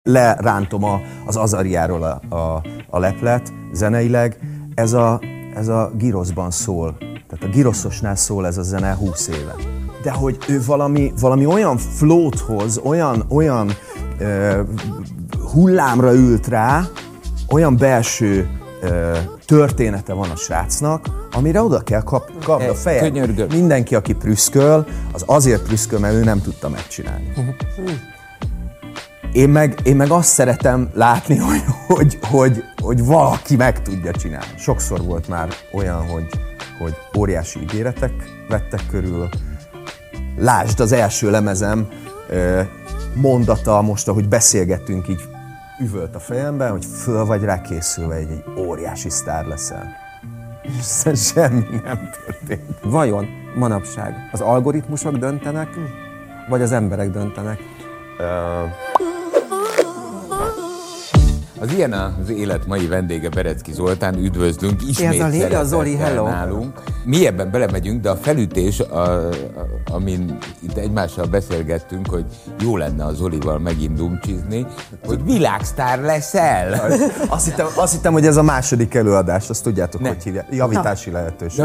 Lerántom az Azariáról a leplet zeneileg. Ez a giroszban szól. Tehát a giroszosnál szól ez a zene 20 éve. De hogy ő valami olyan flót hoz, olyan hullámra ült rá, olyan belső története van a srácnak, amire oda kell kapni a fejet. Könyörgöm. Mindenki, aki prüszköl, az azért prüszköl, mert ő nem tudta megcsinálni. Én meg azt szeretem látni, hogy valaki meg tudja csinálni. Sokszor volt már olyan, hogy óriási ígéretek vettek körül. Lásd az első lemezem mondata, most ahogy beszélgettünk, így üvölt a fejemben, hogy föl vagy rá készülve, egy óriási sztár leszel. Hiszen semmi nem történt. Vajon manapság az algoritmusok döntenek, vagy az emberek döntenek? Az ilyen az élet mai vendége Berecki Zoltán, üdvözlünk, ismét szeretettel nálunk. Mi ebben belemegyünk, de a felütés, amin itt egymással beszélgettünk, hogy jó lenne a Zolival megint dumcsizni, hogy világsztár leszel. Azt hittem, hogy ez a második előadás, azt tudjátok, hogy hívják. Javítási lehetőség.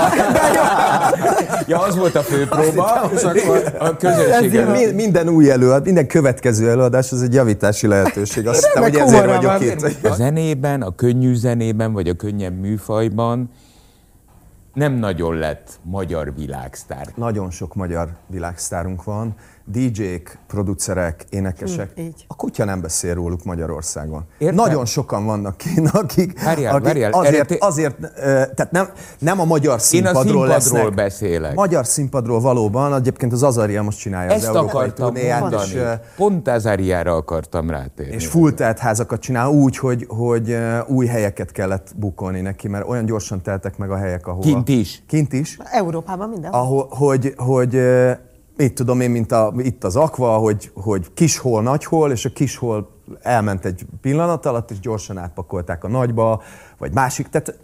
Ja, az volt a főpróba, és akkor a közönség. Minden új előadás, minden következő előadás, az egy javítási lehetőség. Azt hittem, hogy ezért vagyok itt. A zenében, a könnyű zenében, vagy a könnyebb műfajban nem nagyon lett magyar világsztár. Nagyon sok magyar világsztárunk van. DJ-k, producerek, énekesek. A kutya nem beszél róluk Magyarországon. Értem? Nagyon sokan vannak akik azért, tehát nem a magyar színpadról lesznek. Én a színpadról beszélek. Magyar színpadról valóban, egyébként az Azaria most csinálja ezt az európai turnéját. Mondani. Pont Azariára akartam rátérni. És full telt házakat csinál úgy, hogy új helyeket kellett bukolni neki, mert olyan gyorsan teltek meg a helyek, ahol... Kint is. Európában mindenhol. Hogy mit tudom én, mint itt az Aqua, hogy kis hol, nagy hol, és a kis hol elment egy pillanat alatt, és gyorsan átpakolták a nagyba, vagy másik. Tehát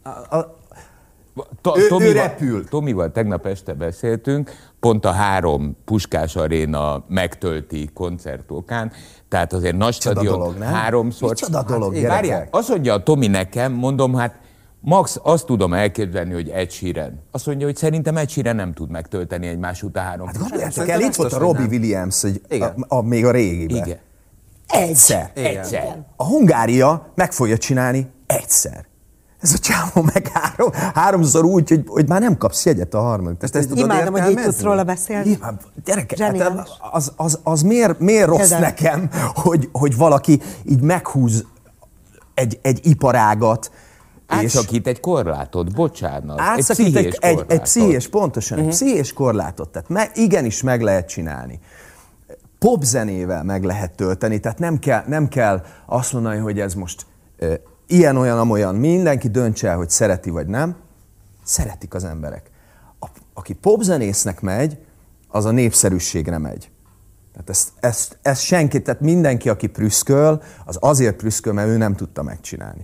ő repül. Tomival tegnap este beszéltünk, pont a 3 Puskás Aréna megtölti koncertókán, tehát azért nagy stadion 3-szor. Micsoda dolog, gyerekek? Várjál, azt mondja a Tomi nekem, mondom, hát max azt tudom elképzelni, hogy Ed Sheeran. Azt mondja, hogy szerintem Ed Sheeran nem tud megtölteni egymás után 3. Hát gondoljátok el, itt volt a Robbie Williams, még a régiben. Igen. Egyszer. A Hungária meg fogja csinálni egyszer. Ez a csávó meg 3-szor úgy, hogy már nem kapsz jegyet a harmadik. Imádom, hogy így tudsz róla beszélni. Gyerekek, az miért rossz nekem, hogy valaki így meghúz egy iparágat, átszakít egy korlátot, bocsánat. Átszakít egy pszichés, pontosan, egy pszichés korlátot. Tehát igenis meg lehet csinálni. Popzenével meg lehet tölteni, tehát nem kell azt mondani, hogy ez most ilyen, olyan, amolyan. Mindenki döntse el, hogy szereti vagy nem. Szeretik az emberek. Aki popzenésznek megy, az a népszerűségre megy. Tehát ezt senki, tehát mindenki, aki prüszköl, az azért prüszköl, mert ő nem tudta megcsinálni.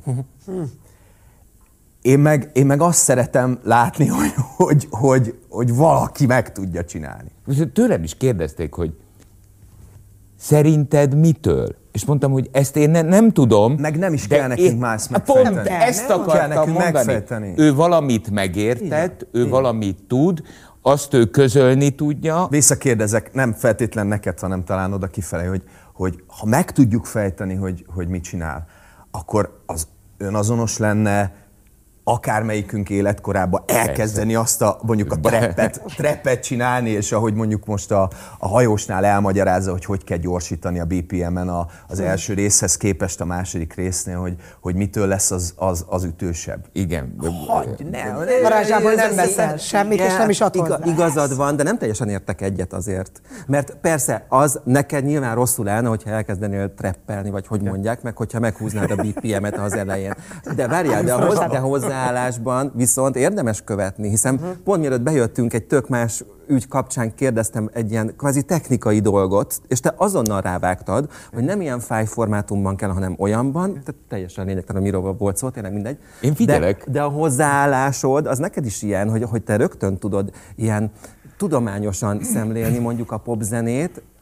Én meg azt szeretem látni, hogy valaki meg tudja csinálni. Tőlem is kérdezték, hogy szerinted mitől? És mondtam, hogy ezt én nem tudom. Meg nem is kell nekünk más megfejteni. Pont ezt akartam mondani. Ő valamit megértett, ő valamit tud, azt ő közölni tudja. Visszakérdezek, nem feltétlen neked, hanem talán oda kifelé, hogy ha meg tudjuk fejteni, hogy mit csinál, akkor az önazonos lenne akármelyikünk életkorában elkezdeni azt mondjuk a trappet csinálni, és ahogy mondjuk most a hajósnál elmagyarázza, hogy kell gyorsítani a BPM-en az első részhez képest a második résznél, hogy mitől lesz az ütősebb. Igen. Varázsából nem veszel semmit, és nem is ad hozzá. Igazad van, de nem teljesen értek egyet azért. Mert persze az neked nyilván rosszul állna, hogyha elkezdenél trappelni, vagy hogy mondják, meg hogyha meghúznád a BPM-et az elején. De várjál, de hozzáállásban viszont érdemes követni, hiszen pont mielőtt bejöttünk egy tök más ügy kapcsán kérdeztem egy ilyen kvázi technikai dolgot, és te azonnal rávágtad, hogy nem ilyen fájlformátumban kell, hanem olyanban, tehát teljesen lényegtelen, miről volt szó, tényleg mindegy. Én figyelek. De a hozzáállásod, az neked is ilyen, hogy te rögtön tudod ilyen tudományosan szemlélni mondjuk a popzenét,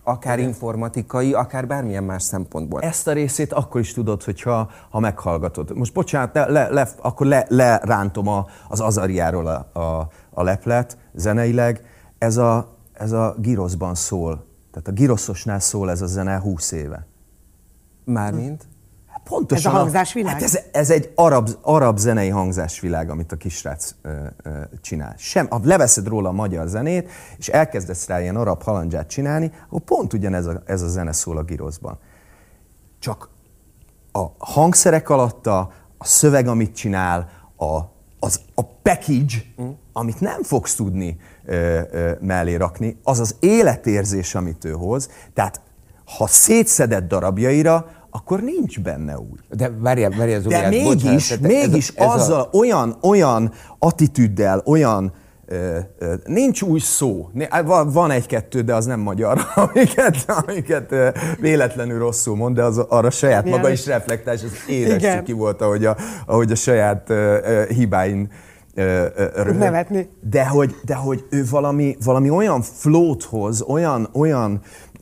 akár informatikai, akár bármilyen más szempontból. Ezt a részét akkor is tudod, hogyha meghallgatod. Most bocsánat, akkor lerántom az Azariáról a leplet zeneileg. Ez a Giroszban szól. Tehát a Giroszosnál szól ez a zene 20 éve. Mármint? Pontosan. Ez a hangzásvilág? Hát ez egy arab zenei hangzásvilág, amit a kisrác csinál. Leveszed róla a magyar zenét, és elkezdesz rá ilyen arab halandzsát csinálni, akkor pont ugyanez ez a zene szól a Giroszban. Csak a hangszerek alatta, a szöveg, amit csinál, a package, amit nem fogsz tudni mellé rakni, az az életérzés, amit ő hoz. Tehát ha szétszedett darabjaira, akkor nincs benne úgy. De várjál, de mégis azzal olyan attitűddel, olyan nincs új szó. Van egy-kettő, de az nem magyar, amiket véletlenül rosszul mond, de arra saját maga is reflektál, és az édes ki volt, ahogy a saját hibáin nevetni. De hogy ő valami olyan flót hoz, olyan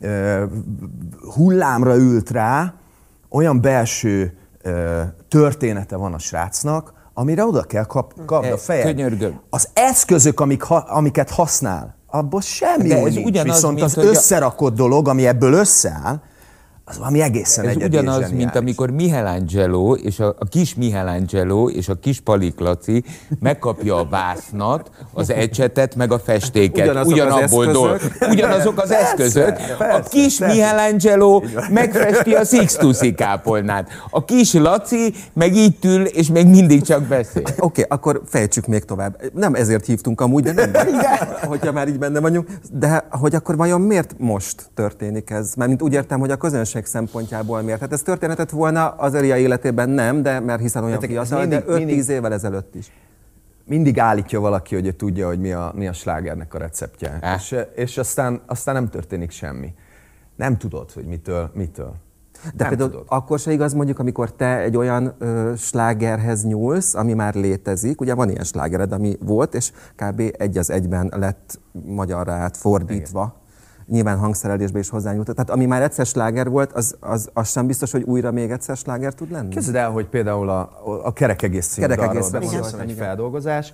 hullámra ült rá, olyan belső története van a srácnak, amire oda kell kapni a fejed. Könyörgöm. Az eszközök, amiket használ, abból semmi új nincs. Viszont az összerakott dolog, ami ebből összeáll, az valami egészen egyedi és zseniális. Ez ugyanaz, mint amikor Michelangelo és a kis Michelangelo és a kis Palik Laci megkapja a vásznat, az ecsetet, meg a festéket. Ugyanazok az eszközök. A kis Michelangelo megfesti a Sixtusi kápolnát. A kis Laci meg itt ül, és még mindig csak beszél. Oké, akkor fejtsük még tovább. Nem ezért hívtunk amúgy, de nem. Hogyha már így benne vagyunk. De hogy akkor vajon miért most történik ez? Mármint úgy értem, hogy a közönség szempontjából miért. Hát ez történetett volna az Azaria életében nem, de mert hiszen olyan fiatal, de 5-10 évvel ezelőtt is. Mindig állítja valaki, hogy ő tudja, hogy mi a slágernek a receptje. És aztán nem történik semmi. Nem tudod, hogy mitől. De például akkor se igaz mondjuk, amikor te egy olyan slágerhez nyúlsz, ami már létezik, ugye van ilyen slágered, ami volt, és kb. 1:1 lett magyarra átfordítva. Igen. Nyilván hangszerelésbe is hozzányúltott. Tehát ami már egyszer sláger volt, az sem biztos, hogy újra még egyszer sláger tud lenni? Képzeld el, hogy például a Kerek egész című dalról egy feldolgozás.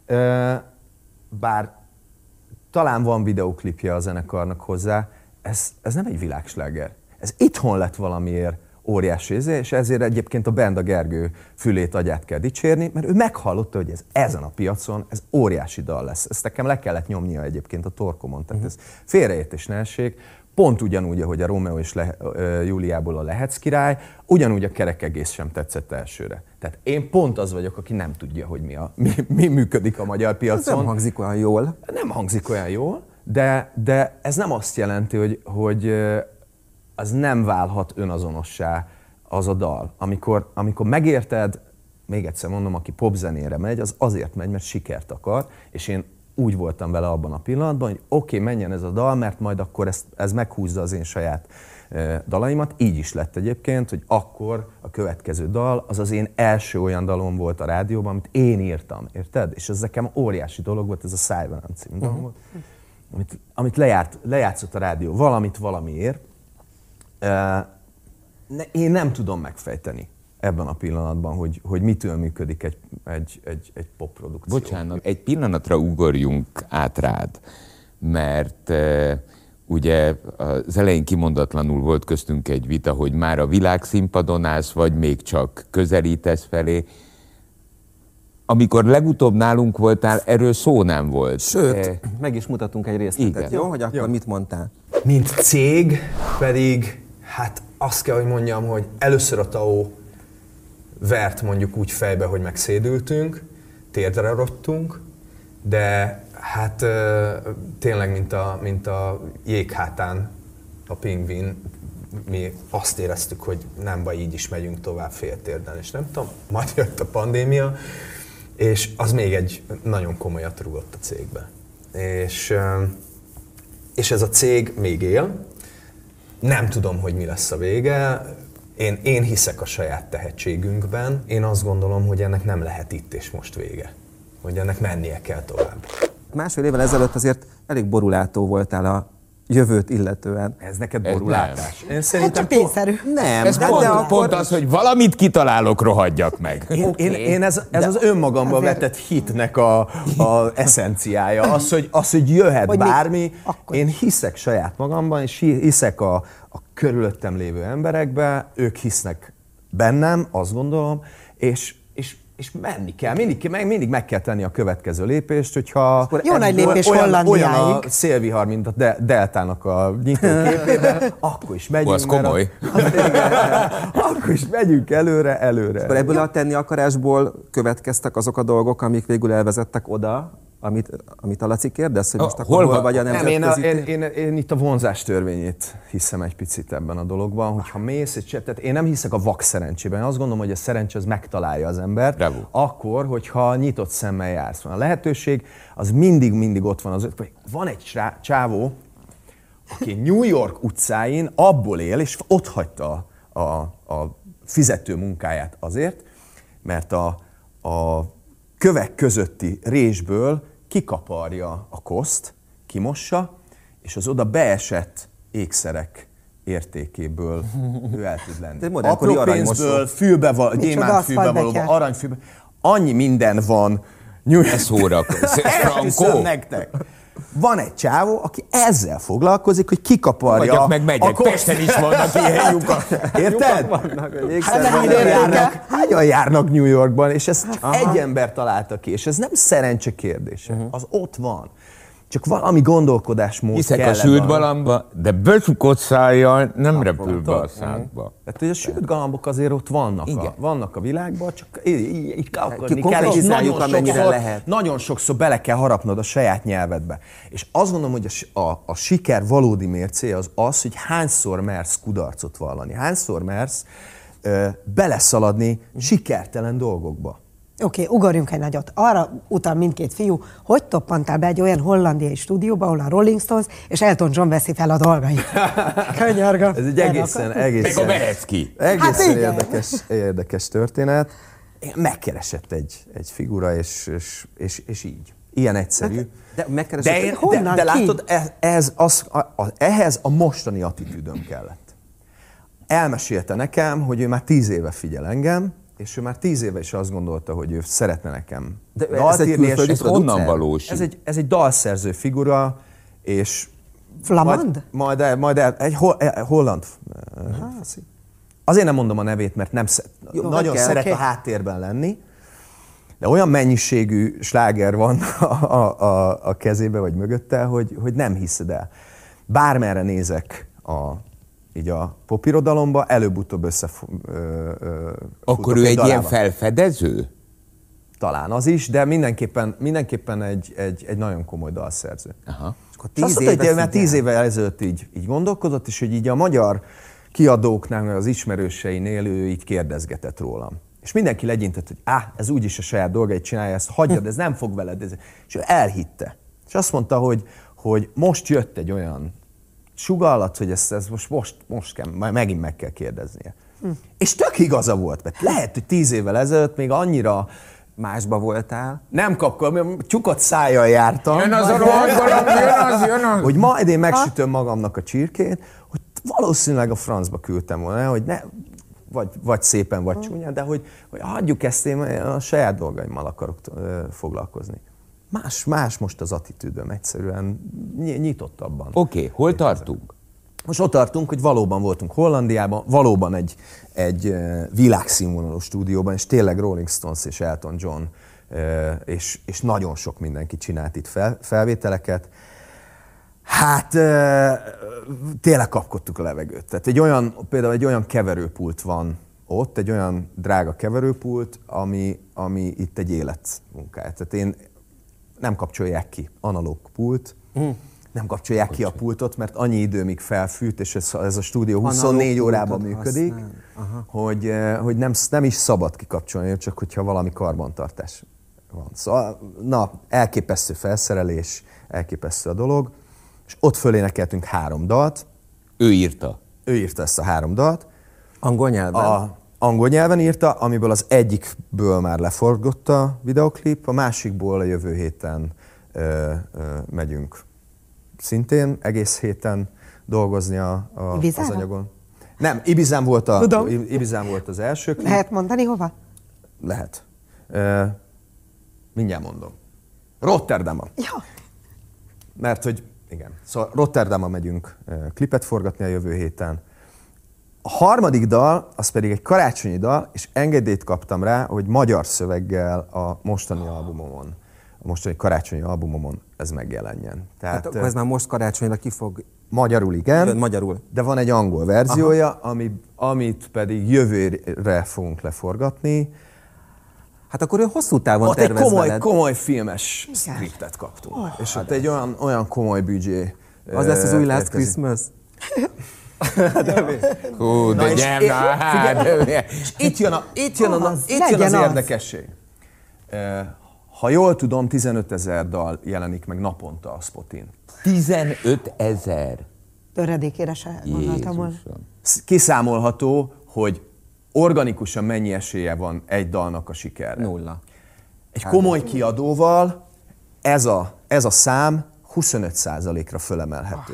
Bár talán van videóklipje a zenekarnak hozzá, ez nem egy világsláger. Ez itthon lett valamiért óriási, és ezért egyébként a Benda Gergő fülét, agyát kell dicsérni, mert ő meghallotta, hogy ez ezen a piacon, ez óriási dal lesz. Ezt nekem le kellett nyomnia egyébként a torkomon, tehát ez félreértés ne essék. Pont ugyanúgy, ahogy a Rómeó és Júliából a Lehetsz király, ugyanúgy a Kerek egész sem tetszett elsőre. Tehát én pont az vagyok, aki nem tudja, hogy mi működik a magyar piacon. Nem hangzik olyan jól. Nem hangzik olyan jól, de ez nem azt jelenti, hogy az nem válhat önazonossá az a dal. Amikor megérted, még egyszer mondom, aki popzenére megy, az azért megy, mert sikert akar, és én úgy voltam vele abban a pillanatban, hogy oké, menjen ez a dal, mert majd akkor ez meghúzza az én saját dalaimat. Így is lett egyébként, hogy akkor a következő dal, az az én első olyan dalom volt a rádióban, amit én írtam, érted? És ez nekem óriási dolog volt, ez a Szájvelem című dal volt, amit lejátszott a rádió valamiért. Én nem tudom megfejteni ebben a pillanatban, hogy mitől működik egy popprodukció. Bocsánat, egy pillanatra ugorjunk át rád, mert ugye az elején kimondatlanul volt köztünk egy vita, hogy már a világszínpadon állsz, vagy még csak közelítesz felé. Amikor legutóbb nálunk voltál, erről szó nem volt. Sőt, meg is mutatunk egy részletet, jó? Hogy akkor mit mondtál? Mint cég pedig, hát azt kell, hogy mondjam, hogy először a TAO vert mondjuk úgy fejbe, hogy megszédültünk, térdre rottunk, de hát tényleg, mint a jéghátán a pingvin, mi azt éreztük, hogy nem baj, így is megyünk tovább féltérden, és nem tudom, majd jött a pandémia, és az még egy nagyon komolyat rúgott a cégbe. És ez a cég még él, nem tudom, hogy mi lesz a vége, én hiszek a saját tehetségünkben, én azt gondolom, hogy ennek nem lehet itt és most vége, hogy ennek mennie kell tovább. Másfél évvel ezelőtt azért elég borulátó voltál a jövőt illetően. Ez neked borulátás. Én Hát szerintem csak tényszerű. Nem, Ez pont az, hogy valamit kitalálok, rohadjak meg. Én ez az önmagamban vetett hitnek a eszenciája. Az, hogy jöhet hogy bármi. akkor. Én hiszek saját magamban, és hiszek a körülöttem lévő emberekbe, ők hisznek bennem, azt gondolom, és menni kell. Mindig meg kell tenni a következő lépést, hogyha jó nagy lépés olyan Hollandiáig. a szélvihar, mint a deltának a nyitóképében, akkor is megyünk. Az komoly. Akkor is megyünk előre. Akkor ebből a tenni akarásból következtek azok a dolgok, amik végül elvezettek oda, amit a Laci kérdez, hogy most akkor hol vagy a nemzetközi... Én itt a vonzás törvényét hiszem egy picit ebben a dologban, hogyha mész, tehát én nem hiszek a vak szerencsében. Én azt gondolom, hogy a szerencse az megtalálja az embert, Bravo. akkor, hogyha nyitott szemmel jársz. A lehetőség az mindig ott van. Van egy csávó, aki New York utcáin abból él, és ott hagyta a fizető munkáját azért, mert a kövek közötti résből kikaparja a koszt, kimossa, és az oda beesett ékszerek értékéből ő el tud lenni. Apró pénzből, gyémántfűbe valóban, aranyfűbe, annyi minden van. Ez szórakozó. Frankó? Nektek. Van egy csávó, aki ezzel foglalkozik, hogy kikaparja Vagyok meg megyek. Pesten is vannak ilyen lyukak. Érted? Hányan járnak New Yorkban, és ezt egy ember találta ki, és ez nem szerencse kérdése. Az ott van. Csak valami gondolkodásmód hiszek kell. A sült galamba, de becsukott szájjal nem repül be a szádba. Tehát, hogy a sült galambok azért ott vannak a világban, csak így akarni kell, és nagyon sokszor bele kell harapnod a saját nyelvedbe. És azt gondolom, hogy a siker valódi mércéje az, hogy hányszor mersz kudarcot vallani, hányszor mersz beleszaladni sikertelen dolgokba. Oké, ugorjunk egy nagyot. Arra utal mindkét fiú, hogy toppantál be egy olyan hollandiai stúdióba, ahol a Rolling Stones és Elton John veszi fel a dolgait. Könyörgöm. Ez egy egészen érdekes történet. Megkeresett egy figura, és így. Ilyen egyszerű. De látod, ehhez a mostani attitűdöm kellett. Elmesélte nekem, hogy ő már 10 éve figyel engem, és ő már 10 éve is azt gondolta, hogy ő szeretne nekem dalt írni. Ez honnan valós? Ez egy dalszerző figura, és... Flamand? Majd egy holland. Azért nem mondom a nevét, mert nagyon szeret a háttérben lenni, de olyan mennyiségű sláger van a kezébe vagy mögötte, hogy nem hiszed el. Bármerre nézek így a popirodalomba, előbb-utóbb Akkor ő egy ilyen felfedező? Talán az is, de mindenképpen egy nagyon komoly dalszerző. Aha. És azt mondta, hogy már 10 évvel ezelőtt így gondolkodott, és hogy így a magyar kiadóknál, az ismerőseinél ő így kérdezgetett rólam. És mindenki legyintett, hogy ez úgyis a saját dolgait csinálja, ezt hagyjad, ez nem fog veled. És ő elhitte. És azt mondta, hogy most jött egy olyan sugallat, hogy ezt most kell, megint meg kell kérdeznie. És tök igaza volt, mert lehet, hogy 10 évvel ezelőtt még annyira másba voltál. Nem kapkodom, csukott szájjal jártam. Jön az a rohadt jön az. Hogy majd én megsütöm magamnak a csirkét, hogy valószínűleg a francba küldtem volna, hogy ne, vagy szépen, vagy csúnyán, de hogy hagyjuk ezt, én a saját dolgaimmal akarok foglalkozni. Más most az attitűdöm, egyszerűen nyitottabban. Oké, hol tartunk? Most ott tartunk, hogy valóban voltunk Hollandiában, valóban egy világszínvonalú stúdióban, és tényleg Rolling Stones és Elton John, és nagyon sok mindenki csinált itt felvételeket. Hát tényleg kapkodtuk a levegőt. Tehát például egy olyan keverőpult van ott, egy olyan drága keverőpult, ami itt egy életmunkája. Tehát én nem kapcsolják ki, analóg pult, nem kapcsolják ki a pultot, mert annyi idő, míg felfűt, és ez a stúdió 24 órában működik, hogy nem is szabad kikapcsolni, csak hogyha valami karbantartás van. Szóval, elképesztő felszerelés, elképesztő a dolog, és ott fölénekeltünk 3 dalt. Ő írta? Ő írta ezt a 3 dalt. Angol nyelven? Angol nyelven írta, amiből az egyikből már leforgott a videoklip, a másikból a jövő héten megyünk szintén egész héten dolgozni az Ibizára? anyagon. Nem, Ibizán volt az első klip. Lehet mondani hova? Lehet. Mindjárt mondom. Rotterdamon. Ja. Mert hogy igen. Szóval Rotterdamon megyünk klipet forgatni a jövő héten. A harmadik dal, az pedig egy karácsonyi dal, és engedélyt kaptam rá, hogy magyar szöveggel a mostani albumomon, a mostani karácsonyi albumomon ez megjelenjen. Tehát akkor ez már most karácsonyra ki fog... Magyarul igen, magyarul. De van egy angol verziója, amit pedig jövőre fogunk leforgatni. Hát akkor ő hosszú távon ott tervez egy komoly filmes scriptet kaptunk. És ott egy olyan komoly büdzsé. Az lesz az új Last Christmas? Hú, de itt jön az érdekesség. Ha jól tudom, 15 000 dal jelenik meg naponta a Spotin. 15 000. Töredékére se gondoltam volna. Kiszámolható, hogy organikusan mennyi esélye van egy dalnak a sikerre. 0. Egy komoly kiadóval ez a szám 25%-ra fölemelhető.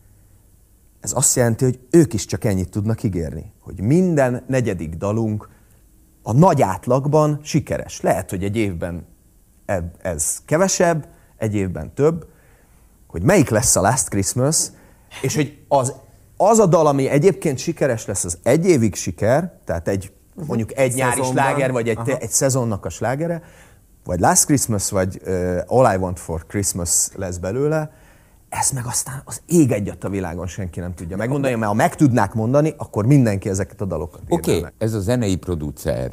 Ez azt jelenti, hogy ők is csak ennyit tudnak ígérni, hogy minden negyedik dalunk a nagy átlagban sikeres. Lehet, hogy egy évben ez kevesebb, egy évben több, hogy melyik lesz a Last Christmas, és hogy az a dal, ami egyébként sikeres lesz, az egy évig siker, tehát mondjuk egy nyári sláger, vagy egy szezonnak a slágere, vagy Last Christmas, vagy All I Want for Christmas lesz belőle, ez meg aztán az ég egyat a világon senki nem tudja megmondani, mert ha meg tudnák mondani, akkor mindenki ezeket a dalokat írná meg. Oké, ez a zenei producer.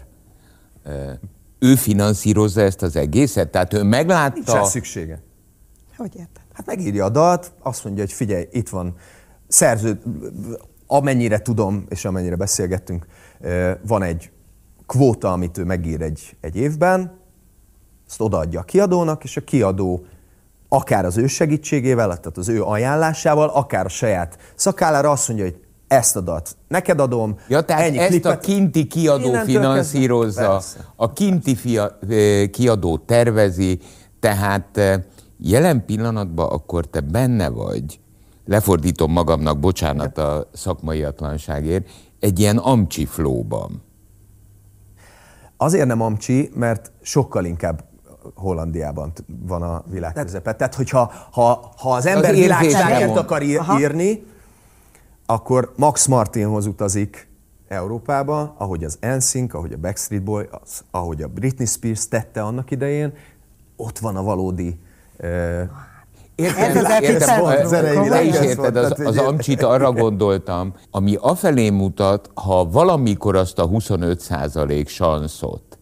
Ő finanszírozza ezt az egészet? Tehát ő meglátta... Nincs szüksége. Hogy érted? Hát megírja a dalt, azt mondja, hogy figyelj, itt van amennyire tudom, és amennyire beszélgettünk, van egy kvóta, amit ő megír egy évben, azt odaadja a kiadónak, és a kiadó akár az ő segítségével, tehát az ő ajánlásával, akár a saját szakállára azt mondja, hogy ezt a dalt neked adom. Ja, tehát ennyi ezt klipet, a kinti kiadó finanszírozza, a kinti kiadó tervezi, tehát jelen pillanatban akkor te benne vagy, lefordítom magamnak, bocsánat a szakmaiatlanságért, egy ilyen amcsi flowban. Azért nem amcsi, mert sokkal inkább Hollandiában van a világ közepe. Tehát, hogyha az ember világslágert akar írni, akkor Max Martinhoz utazik Európába, ahogy az NSYNC, ahogy a Backstreet Boy, ahogy a Britney Spears tette annak idején, ott van a valódi... Értem, te is érted, az amcsit arra gondoltam, ami afelé mutat, ha valamikor azt a 25% sanszot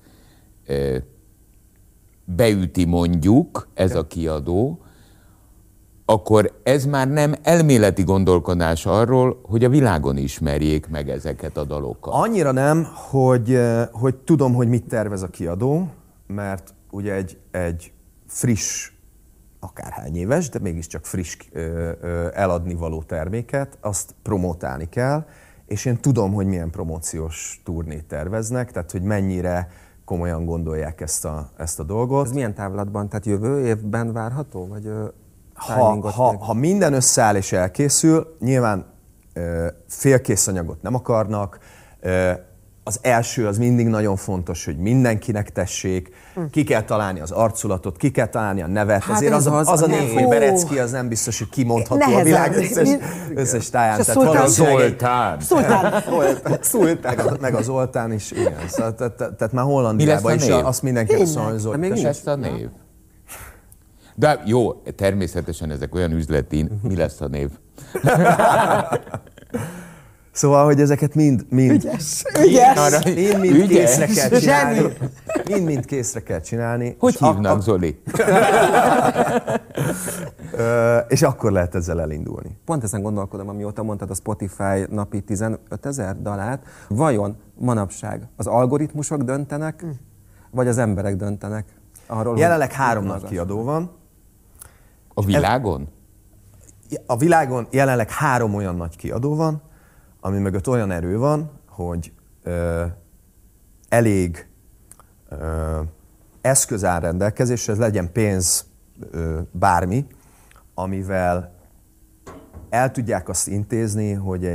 beüti mondjuk ez a kiadó, akkor ez már nem elméleti gondolkodás arról, hogy a világon ismerjék meg ezeket a dalokat. Annyira nem, hogy tudom, hogy mit tervez a kiadó, mert ugye egy friss, akárhány éves, de mégiscsak friss eladni való terméket, azt promotálni kell, és én tudom, hogy milyen promóciós turnét terveznek, tehát hogy mennyire komolyan gondolják ezt a dolgot. Ez milyen távlatban? Tehát jövő évben várható? Vagy ha minden összeáll és elkészül, nyilván félkész anyagot nem akarnak. Az első az mindig nagyon fontos, hogy mindenkinek tessék, ki kell találni az arculatot, ki kell találni a nevet. Hát azért az a név, hogy Berecki, az nem biztos, hogy kimondható a világ összes táján. Zoltán. Szultán. Meg a Zoltán is, igen. Tehát már Hollandiában is azt mindenki azt mondja, hogy Zoltán. Mi lesz a név? De jó, természetesen ezek olyan üzleti, mi lesz a név? Szóval, hogy ezeket mind készre kell csinálni. Mind készre kell csinálni. Hogy hívnak, Zoli? És akkor lehet ezzel elindulni. Pont ezen gondolkodom, amióta mondtad a Spotify napi 15 000 dalát. Vajon manapság az algoritmusok döntenek, vagy az emberek döntenek? Arról, jelenleg 3 nagy kiadó van. A világon? A világon jelenleg 3 olyan nagy kiadó van, ami mögött olyan erő van, hogy elég eszköz áll rendelkezésre, ez legyen pénz, bármi, amivel el tudják azt intézni, hogy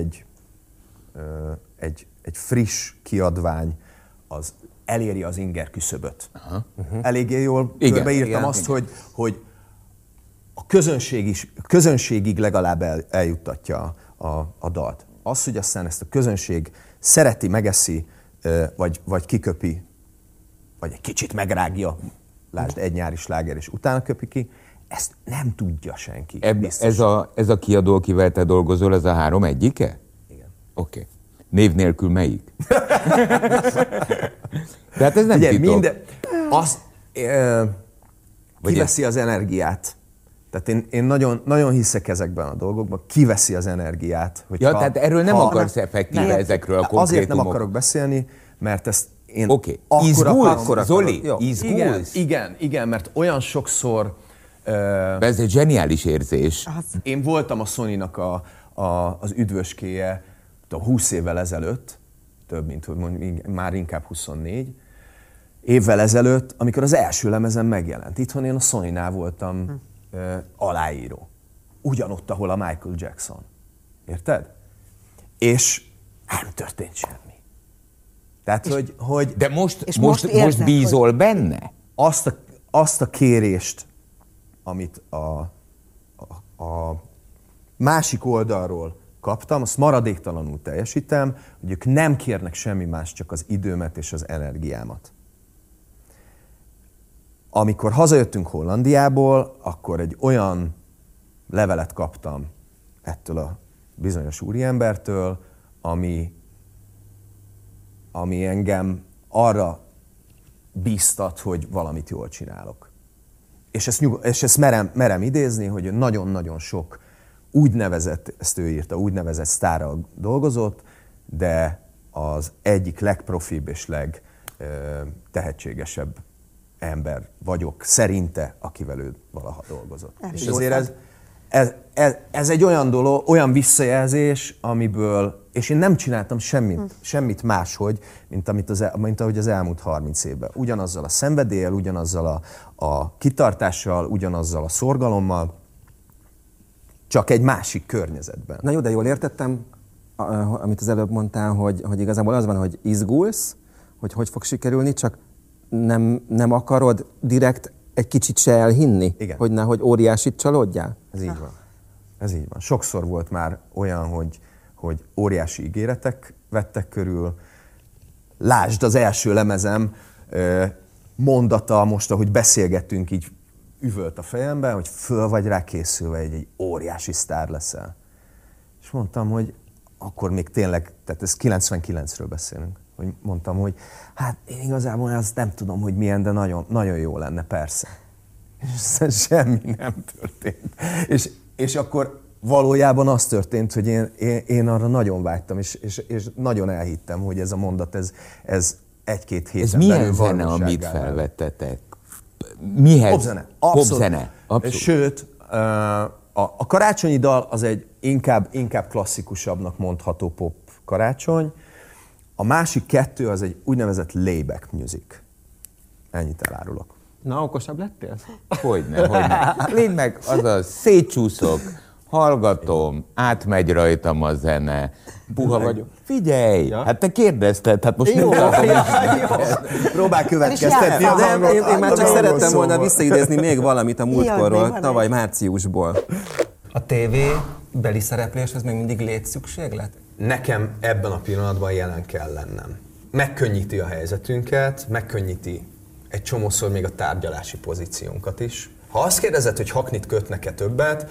egy friss kiadvány az eléri az inger küszöböt. Eléggé jól körbeírtam azt, hogy a közönségig legalább eljuttatja a dalt. Az, hogy aztán ezt a közönség szereti, megeszi, vagy kiköpi, vagy egy kicsit megrágja, lásd, egy nyári sláger, és utána köpi ki, ezt nem tudja senki. Ez a kiadó, akivel te dolgozol, ez a 3 egyike? Igen. Oké. Név nélkül melyik? Tehát ez nem ugye, titok. Kiveszi az energiát. Tehát én nagyon, nagyon hiszek ezekben a dolgokban, kiveszi az energiát. Tehát erről nem akarsz effektíve ezekről a konkrétumok. Azért nem akarok beszélni, mert ezt én izgulsz, Zoli? Izgulsz? Igen, mert olyan sokszor... Ez egy zseniális érzés. Én voltam a Sony-nak az üdvöskéje 20 évvel ezelőtt, több, mint már inkább 24 évvel ezelőtt, amikor az első lemezem megjelent. Itthon én a Sony-nál voltam aláíró. Ugyanott, ahol a Michael Jackson. Érted? És nem történt semmi. Tehát, hogy de most bízol benne? Azt a kérést, amit a másik oldalról kaptam, azt maradéktalanul teljesítem, hogy ők nem kérnek semmi más, csak az időmet és az energiámat. Amikor hazajöttünk Hollandiából, akkor egy olyan levelet kaptam ettől a bizonyos úriembertől, ami engem arra bíztat, hogy valamit jól csinálok. És ezt merem idézni, hogy nagyon-nagyon sok úgynevezett, ezt ő írta, úgynevezett sztárral dolgozott, de az egyik legprofibb és legtehetségesebb ember vagyok szerinte, akivel ő valaha dolgozott. És azért ez egy olyan dolog, olyan visszajelzés, amiből, és én nem csináltam semmit máshogy, mint ahogy az elmúlt 30 évben. Ugyanazzal a szenvedéllyel, ugyanazzal a kitartással, ugyanazzal a szorgalommal, csak egy másik környezetben. Na jó, de jól értettem, amit az előbb mondtál, hogy igazából az van, hogy izgulsz, hogy fog sikerülni, csak nem akarod direkt egy kicsit se elhinni, igen, hogy nehogy óriásit csalódjál? Ez így van. Sokszor volt már olyan, hogy óriási ígéretek vettek körül. Lásd, az első lemezem mondata, most ahogy beszélgettünk, így üvölt a fejembe, hogy föl vagy rá készülve, egy óriási sztár leszel. És mondtam, hogy akkor még tényleg, tehát ez 99-ről beszélünk, hogy mondtam, hogy hát én igazából azt nem tudom, hogy milyen, de nagyon, nagyon jó lenne, persze. És semmi nem történt. És akkor valójában az történt, hogy én arra nagyon vágytam, és nagyon elhittem, hogy ez a mondat, ez egy-két héten belül valósággá. Ez milyen zene, amit felvettetek? Mihez? Popzene. Popzene. Abszolút. Sőt, a karácsonyi dal az egy inkább klasszikusabbnak mondható pop karácsony. A másik kettő az egy úgynevezett layback music. Ennyit elárulok. Na, okosabb lettél? Hogyne. Légy meg, azaz, szétcsúszok, hallgatom, átmegy rajtam a zene, puha vagyok. Figyelj, ja. Hát te kérdezted, hát most jó, nem jó. Próbálj következtetni a hangot. Én már csak szerettem volna visszaidézni még valamit a múltkorról, tavaly márciusból. A TV beli szerepléshez még mindig létszükséglet? Nekem ebben a pillanatban jelen kell lennem. Megkönnyíti a helyzetünket, megkönnyíti egy csomószor még a tárgyalási pozíciónkat is. Ha azt kérdezed, hogy haknit kötnek-e többet,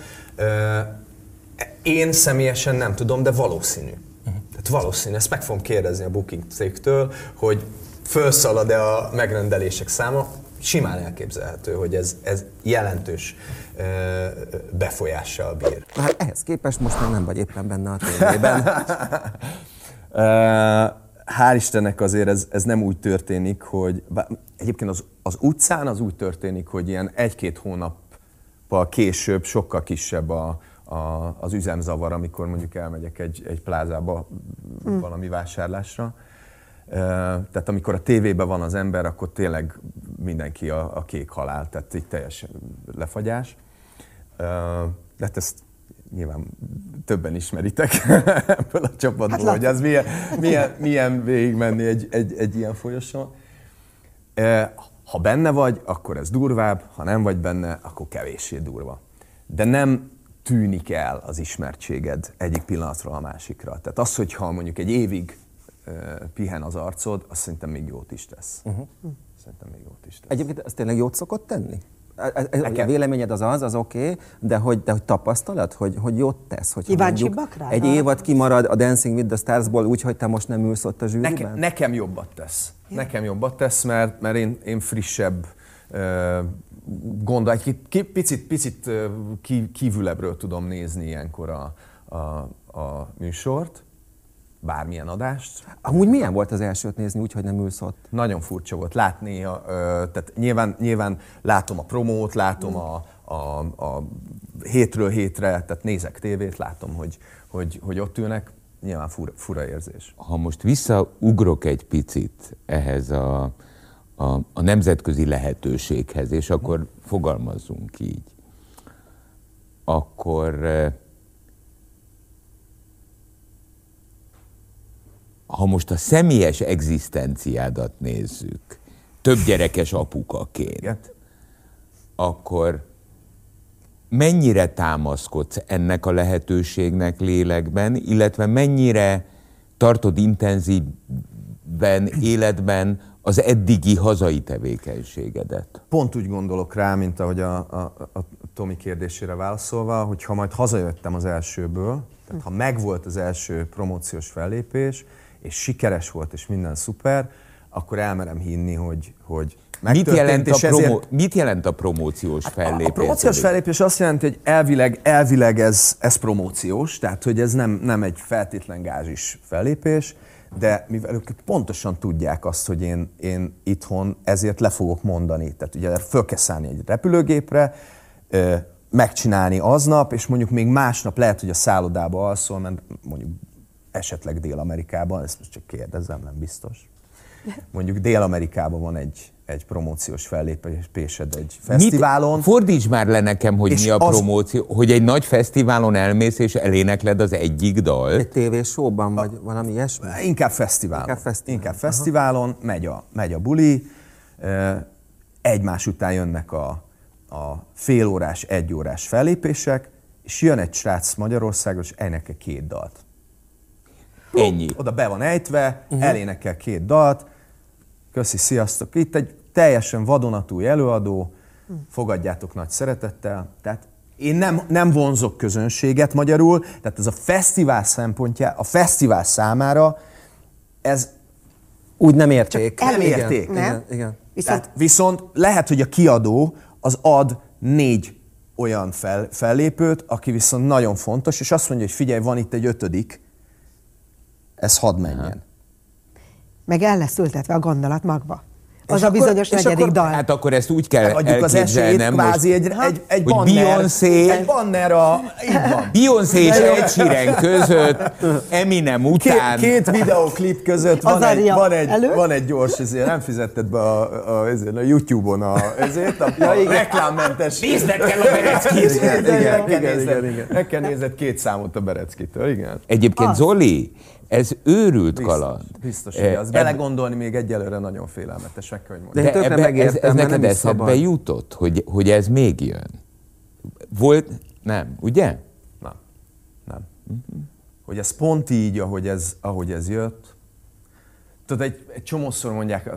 én személyesen nem tudom, de valószínű. Tehát valószínű, ezt meg fogom kérdezni a booking cégtől, hogy felszalad-e a megrendelések száma. Simán elképzelhető, hogy ez jelentős befolyással bír. Hát ehhez képest most még nem vagy éppen benne a tévében. Hál' Istennek azért ez nem úgy történik, hogy... Egyébként az utcán az úgy történik, hogy ilyen 1-2 hónappal később sokkal kisebb az üzemzavar, amikor mondjuk elmegyek egy plázába valami vásárlásra. Tehát amikor a tévében van az ember, akkor tényleg mindenki a kék halál, tehát egy teljes lefagyás. De ezt nyilván többen ismeritek ebből a csapatból, hogy az milyen végigmenni egy ilyen folyosón. Ha benne vagy, akkor ez durvább, ha nem vagy benne, akkor kevéssé durva. De nem tűnik el az ismertséged egyik pillanatról a másikra. Tehát az, hogyha mondjuk egy évig pihen az arcod, azt szerintem még jót is tesz. Szerintem még jót is tesz. Egyébként ez tényleg jót szokott tenni? A véleményed az oké, de hogy tapasztalat, hogy jót tesz? Kíváncsibbak rá? Egy évad kimarad a Dancing with the Starsból úgy, hogy te most nem ülsz ott a zsűriben? Nekem jobbat tesz. Nekem jobbat tesz, mert én frissebb gondol, egy picit kívülebbről tudom nézni ilyenkor a műsort, bármilyen adást. Amúgy milyen volt az elsőt nézni úgy, hogy nem ülsz ott? Nagyon furcsa volt látni, tehát nyilván látom a promót, látom a hétről hétre, tehát nézek tévét, látom, hogy ott ülnek, nyilván fura érzés. Ha most visszaugrok egy picit ehhez a nemzetközi lehetőséghez, és akkor fogalmazzunk így, akkor ha most a személyes egzisztenciádat nézzük, több gyerekes apukaként, akkor mennyire támaszkodsz ennek a lehetőségnek lélekben, illetve mennyire tartod intenzívben életben az eddigi hazai tevékenységedet? Pont úgy gondolok rá, mint ahogy a Tomi kérdésére válaszolva, hogy ha majd hazajöttem az elsőből, tehát ha megvolt az első promóciós fellépés, és sikeres volt, és minden szuper, akkor elmerem hinni, hogy mit jelent a promóciós fellépés? A promóciós fellépés azt jelenti, hogy elvileg ez promóciós, tehát hogy ez nem egy feltétlen gázsis fellépés, de mivel ők pontosan tudják azt, hogy én itthon ezért le fogok mondani. Tehát ugye föl kell szállni egy repülőgépre, megcsinálni aznap, és mondjuk még másnap lehet, hogy a szállodába alszol, mert mondjuk esetleg Dél-Amerikában, ezt most csak kérdezem, nem biztos. Mondjuk Dél-Amerikában van egy promóciós fellépésed egy fesztiválon. Fordíts már le nekem, hogy mi a promóció, hogy egy nagy fesztiválon elmész és elénekled az egyik dal. Egy tévéshow-ban, vagy valami ilyesmi? Inkább fesztiválon megy a buli, egymás után jönnek a félórás, egyórás fellépések, és jön egy srác Magyarországról, és énekel 2 dalt. Ennyi. Oda be van ejtve, elénekel 2 dalt, köszi, sziasztok. Itt egy teljesen vadonatúj előadó, fogadjátok nagy szeretettel. Tehát én nem vonzok közönséget magyarul, tehát ez a fesztivál szempontja, a fesztivál számára ez úgy nem érték. Nem érték. Igen. Viszont lehet, hogy a kiadó az ad 4 olyan fellépőt, aki viszont nagyon fontos, és azt mondja, hogy figyelj, van itt egy 5., ez hadd menjen. Meg el lesz ültetve a gondolat magba. Az a bizonyos 4. dal. Hát akkor ezt úgy kell adjuk az esélyt, kvázi egy banner. Egy banner így van. Beyoncé és Ed Sheeran között, Eminem után. 2 videóklip között van egy gyors, nem fizetted be a YouTube-on a reklámmentes. Nézned kell a Bereckit. Meg kell nézned 2 számot a Bereckitől, igen. Egyébként Zoli, ez őrült kaland. Biztos, hogy az. Belegondolni még egyelőre nagyon félelmetes, meg kell, hogy mondjam. De ez neked eszedbe jutott, hogy ez még jön? Volt? Nem, ugye? Nem. Hogy ez pont így, ahogy ez jött. Tudod, egy csomószor mondják,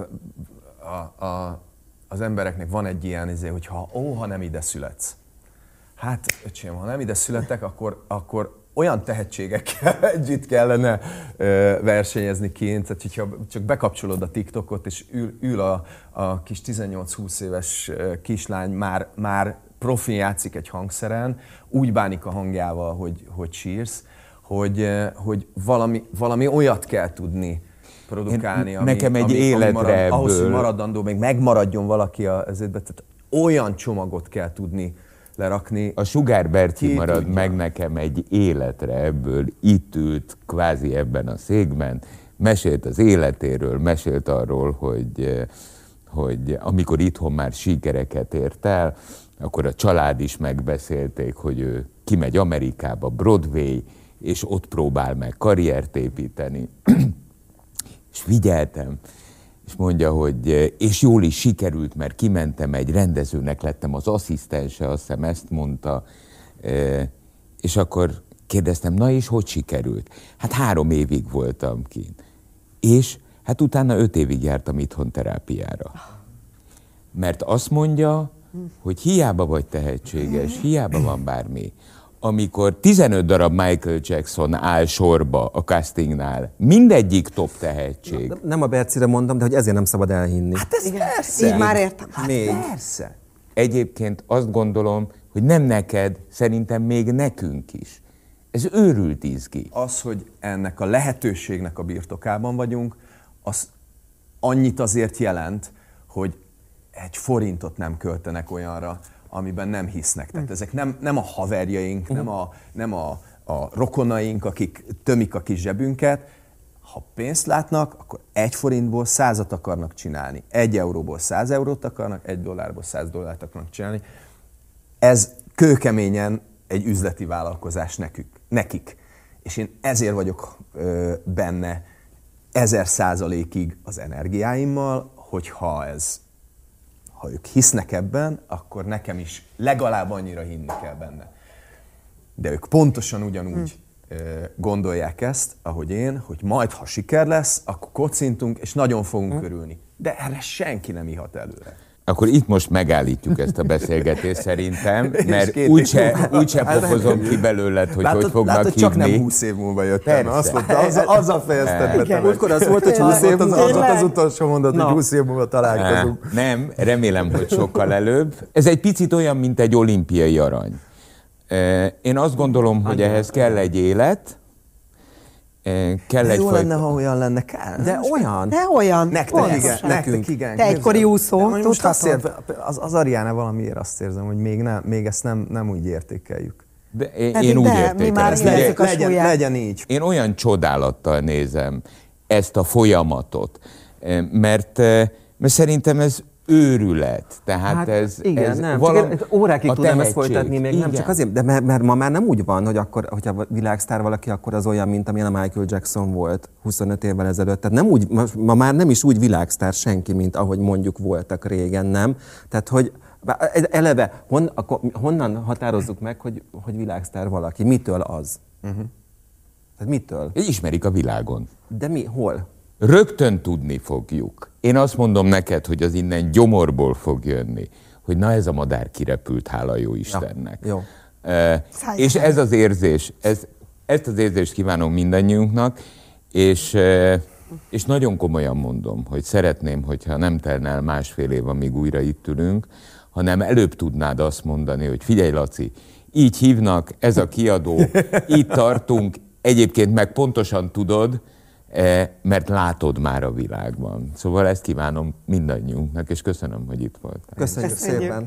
az embereknek van egy ilyen, hogy ha nem ide születsz. Hát, öcsém, ha nem ide születek, akkor olyan tehetségekkel együtt kellene versenyezni kint, tehát hogyha csak bekapcsolod a TikTokot, és ül a kis 18-20 éves kislány, már profin játszik egy hangszeren, úgy bánik a hangjával, hogy sírsz, hogy valami olyat kell tudni produkálni, nekem egy életre ebből. Ahhoz, hogy maradandó, még megmaradjon valaki ezért, tehát olyan csomagot kell tudni lerakni. A Sugár Berci marad meg nekem egy életre ebből, itt ült kvázi ebben a székben, mesélt az életéről, mesélt arról, hogy amikor itthon már sikereket ért el, akkor a család is megbeszélték, hogy ő kimegy Amerikába, Broadway, és ott próbál meg karriert építeni. És figyeltem, és mondja, hogy és jól is sikerült, mert kimentem egy rendezőnek, lettem az asszisztense, azt hiszem ezt mondta, és akkor kérdeztem, na és hogy sikerült? Hát 3 évig voltam kint. És hát utána 5 évig jártam itthon terápiára. Mert azt mondja, hogy hiába vagy tehetséges, hiába van bármi. Amikor 15 darab Michael Jackson áll sorba a castingnál, mindegyik top tehetség. Nem a Bercire mondom, de hogy ezért nem szabad elhinni. Hát ez persze. Így már értem. Hát Még. persze. Egyébként azt gondolom, hogy nem neked, szerintem még nekünk is. Ez őrült izgi. Az, hogy ennek a lehetőségnek a birtokában vagyunk, az annyit azért jelent, hogy egy forintot nem költenek olyanra, amiben nem hisznek. Tehát ezek nem a haverjaink, nem a rokonaink, akik tömik a kis zsebünket. Ha pénzt látnak, akkor 1 forintból 100-at akarnak csinálni. 1 euróból 100 eurót akarnak, 1 dollárból 100 dollárt akarnak csinálni. Ez kőkeményen egy üzleti vállalkozás nekik. És én ezért vagyok benne 1000%-ig az energiáimmal, hogy ha ők hisznek ebben, akkor nekem is legalább annyira hinni kell benne. De ők pontosan ugyanúgy gondolják ezt, ahogy én, hogy majd, ha siker lesz, akkor kocintunk, és nagyon fogunk örülni. De erre senki nem ihat előre. Akkor itt most megállítjuk ezt a beszélgetést szerintem, mert úgyse pofozom ki belőled, hogy hogy fognak hívni. Csak nem 20 év múlva jöttem. Azt mondta, azzal fejezted be. Múltkor az volt, hogy 20 év múlva. Az volt az utolsó mondat, hogy 20 év múlva találkozunk. Nem, remélem, hogy sokkal előbb. Ez egy picit olyan, mint egy olimpiai arany. Én azt gondolom, hogy ehhez kell egy élet, kell de egy jó lenne, ha olyan lenne, kell. De olyan. De olyan. Nektek igen. Te egykori úszó, most azt tudhatod? az Ariana valamiért azt érzem, hogy még ezt nem úgy értékeljük. De én úgy mi már értékelem. Legyen így. Én olyan csodálattal nézem ezt a folyamatot, mert szerintem ez őrület. Tehát Hát ez, igen, ez nem. csak órákig tudnám ezt folytatni még, igen. nem csak azért, de mert ma már nem úgy van, hogy akkor, hogyha világsztár valaki, akkor az olyan, mint amilyen a Michael Jackson volt 25 évvel ezelőtt. Tehát nem úgy, ma már nem is úgy világsztár senki, mint ahogy mondjuk voltak régen, nem? Tehát, hogy eleve honnan határozzuk meg, hogy világsztár valaki? Mitől az? Tehát mitől? Ismerik a világon. De mi? Hol? Rögtön tudni fogjuk. Én azt mondom neked, hogy az innen gyomorból fog jönni, hogy na ez a madár kirepült, hála jó Istennek. Ja, jó. És ez az érzés, ezt az érzést kívánom mindannyiunknak, és nagyon komolyan mondom, hogy szeretném, hogyha nem telne el 1,5 év, amíg újra itt ülünk, hanem előbb tudnád azt mondani, hogy figyelj Laci, így hívnak, ez a kiadó, itt tartunk, egyébként meg pontosan tudod, mert látod már a világban. Szóval ezt kívánom mindannyiunknak, és köszönöm, hogy itt voltál. Köszönjük szépen.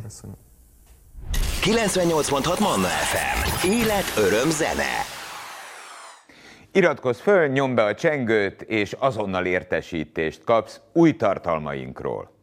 98.6 Manna FM. Élet, öröm, zene. Iratkozz föl, nyomd be a csengőt, és azonnal értesítést kapsz új tartalmainkról.